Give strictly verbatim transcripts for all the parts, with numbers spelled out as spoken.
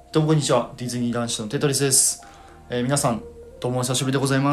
どうもこんにちは。ディズニー男子のテトリスです。えー皆さん、どうもお久しぶりでございます。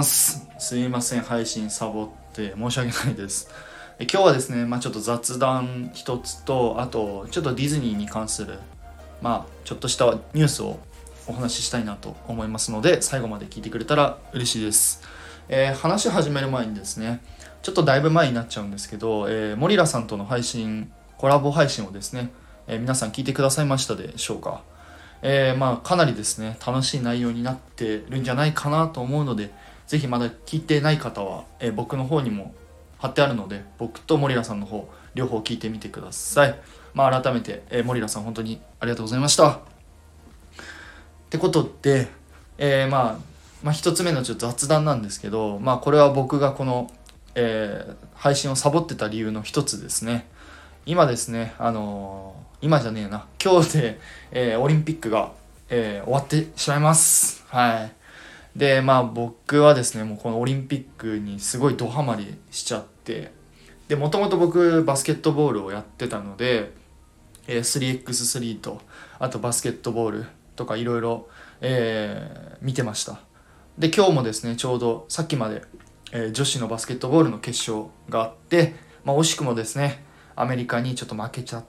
すいません、配信サボって申し訳ないです。え今日はですね、まあちょっと雑談一つと、あと、ちょっとディズニーに関する、まあちょっとしたニュースをお話ししたいなと思いますので、最後まで聞いてくれたら嬉しいです。えー話し始める前にですね、ちょっとだいぶ前になっちゃうんですけど、えーモリラさんとの配信、コラボ配信をですね、えー皆さん聞いてくださいましたでしょうか。えーまあかなりですね楽しい内容になってるんじゃないかなと思うので、ぜひまだ聞いてない方は、えー僕の方にも貼ってあるので、僕とモリラさんの方両方聞いてみてください。まあ改めて、えー、モリラさん本当にありがとうございました。ってことで、えーまあまあ一つ目のちょっと雑談なんですけど、まあこれは僕がこの、えー配信をサボってた理由の一つですね。今ですね、あのー今じゃねえな、今日で、えーオリンピックが、えー終わってしまいます。はい。で、まあ僕はですね、もうこのオリンピックにすごいドハマりしちゃって、で、もともと僕バスケットボールをやってたので、えー スリーエックススリー と、あとバスケットボールとかいろいろ、えー見てました。で、今日もですね、ちょうどさっきまで、えー女子のバスケットボールの決勝があって、まあ惜しくもですね、アメリカにちょっと負けちゃって、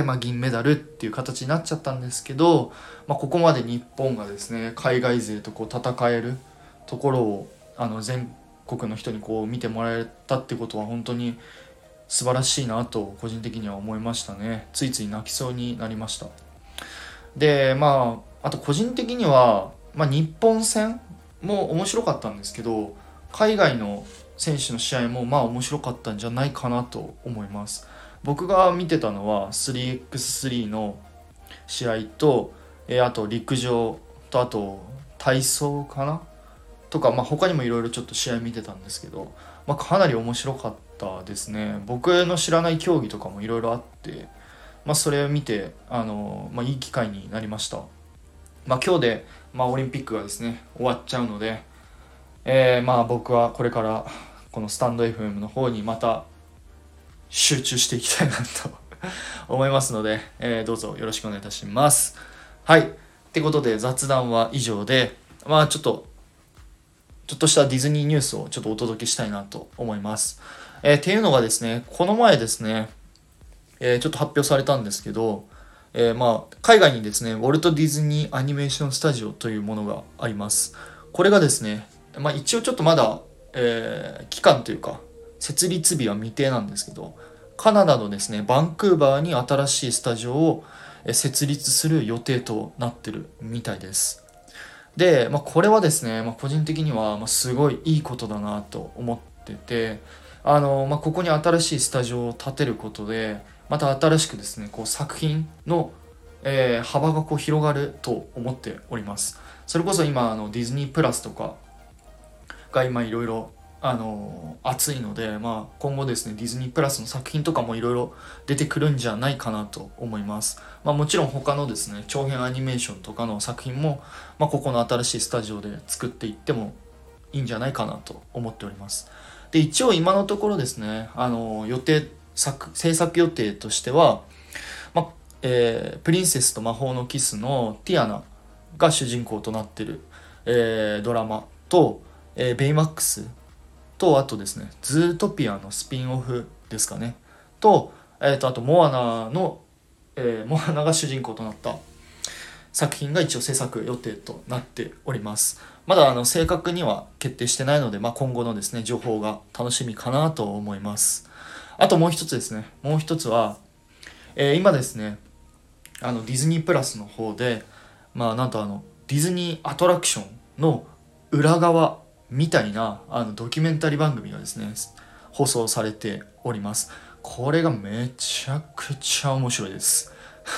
まあ、銀メダルっていう形になっちゃったんですけど、まあ、ここまで日本がですね海外勢とこう戦えるところをあの全国の人にこう見てもらえたってことは本当に素晴らしいなと個人的には思いましたね。ついつい泣きそうになりました。で、まああと個人的には、まあ、日本戦も面白かったんですけど、海外の選手の試合もまあ面白かったんじゃないかなと思います。僕が見てたのは スリーエックススリー の試合と、えーあと陸上と、あと体操かなとか、まあ、他にもいろいろちょっと試合見てたんですけど、まあ、かなり面白かったですね。僕の知らない競技とかもいろいろあって、まあ、それを見てあの、まあ、いい機会になりました。まあ、今日で、まあ、オリンピックがですね終わっちゃうので、えーまあ僕はこれからこのスタンド エフエム の方にまた集中していきたいなと思いますので、えーどうぞよろしくお願いいたします。はい。ってことで雑談は以上で、まあちょっと、ちょっとしたディズニーニュースをちょっとお届けしたいなと思います。えーっていうのがですね、この前ですね、えーちょっと発表されたんですけど、えーまあ海外にですね、ウォルト・ディズニー・アニメーション・スタジオというものがあります。これがですね、まあ一応ちょっとまだ、えー期間というか、設立日は未定なんですけど、カナダのですね、バンクーバーに新しいスタジオをえー設立する予定となってるみたいです。で、まあ、これはですね、まあ、個人的にはまあすごいいいことだなと思ってて、あの、まあ、ここに新しいスタジオを建てることで、また新しくですね、こう作品の、えー幅がこう広がると思っております。それこそ今あのディズニープラスとかが今いろいろあの熱いので、まあ、今後ですねディズニープラスの作品とかもいろいろ出てくるんじゃないかなと思います。まあ、もちろん他のですね長編アニメーションとかの作品も、まあ、ここの新しいスタジオで作っていってもいいんじゃないかなと思っております。で、一応今のところですね、あの予定作制作予定としては、まあえープリンセスと魔法のキスのティアナが主人公となっている、えードラマと、えーベイマックスと、あとですねズートピアのスピンオフですかねと、えーとあとモアナの、えーモアナが主人公となった作品が一応制作予定となっております。まだあの正確には決定してないので、まあ、今後のですね情報が楽しみかなと思います。あともう一つですね、もう一つは、えー今ですねあのディズニープラスの方で、まあなんとあのディズニーアトラクションの裏側みたいなあのドキュメンタリー番組がですね放送されております。これがめちゃくちゃ面白いです。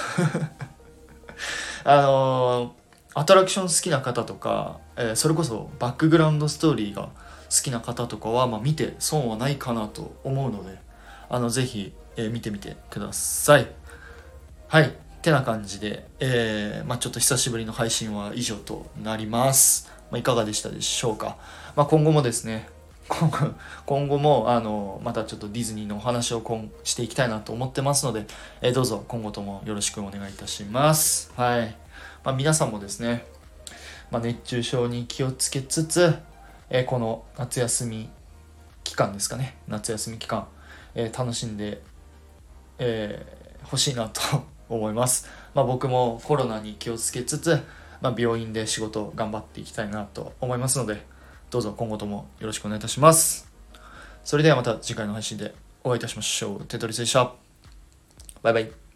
あのーアトラクション好きな方とか、えーそれこそバックグラウンドストーリーが好きな方とかは、まあ、見て損はないかなと思うので、あのぜひ、えー見てみてください。はい。ってな感じで、えーまあ、ちょっと久しぶりの配信は以上となります。まあ、いかがでしたでしょうか。まあ、今後もですね、今後今後もあのまたちょっとディズニーのお話を今していきたいなと思ってますので、えーどうぞ今後ともよろしくお願いいたします。はい。 まあ、皆さんもですね、まあ、熱中症に気をつけつつ、えー、この夏休み期間ですかね、夏休み期間、えー、楽しんで、えー、欲しいなと思います。まあ、僕もコロナに気をつけつつ、まあ、病院で仕事頑張っていきたいなと思いますので、どうぞ今後ともよろしくお願いいたします。それではまた次回の配信でお会いいたしましょう。テトリスでした。バイバイ。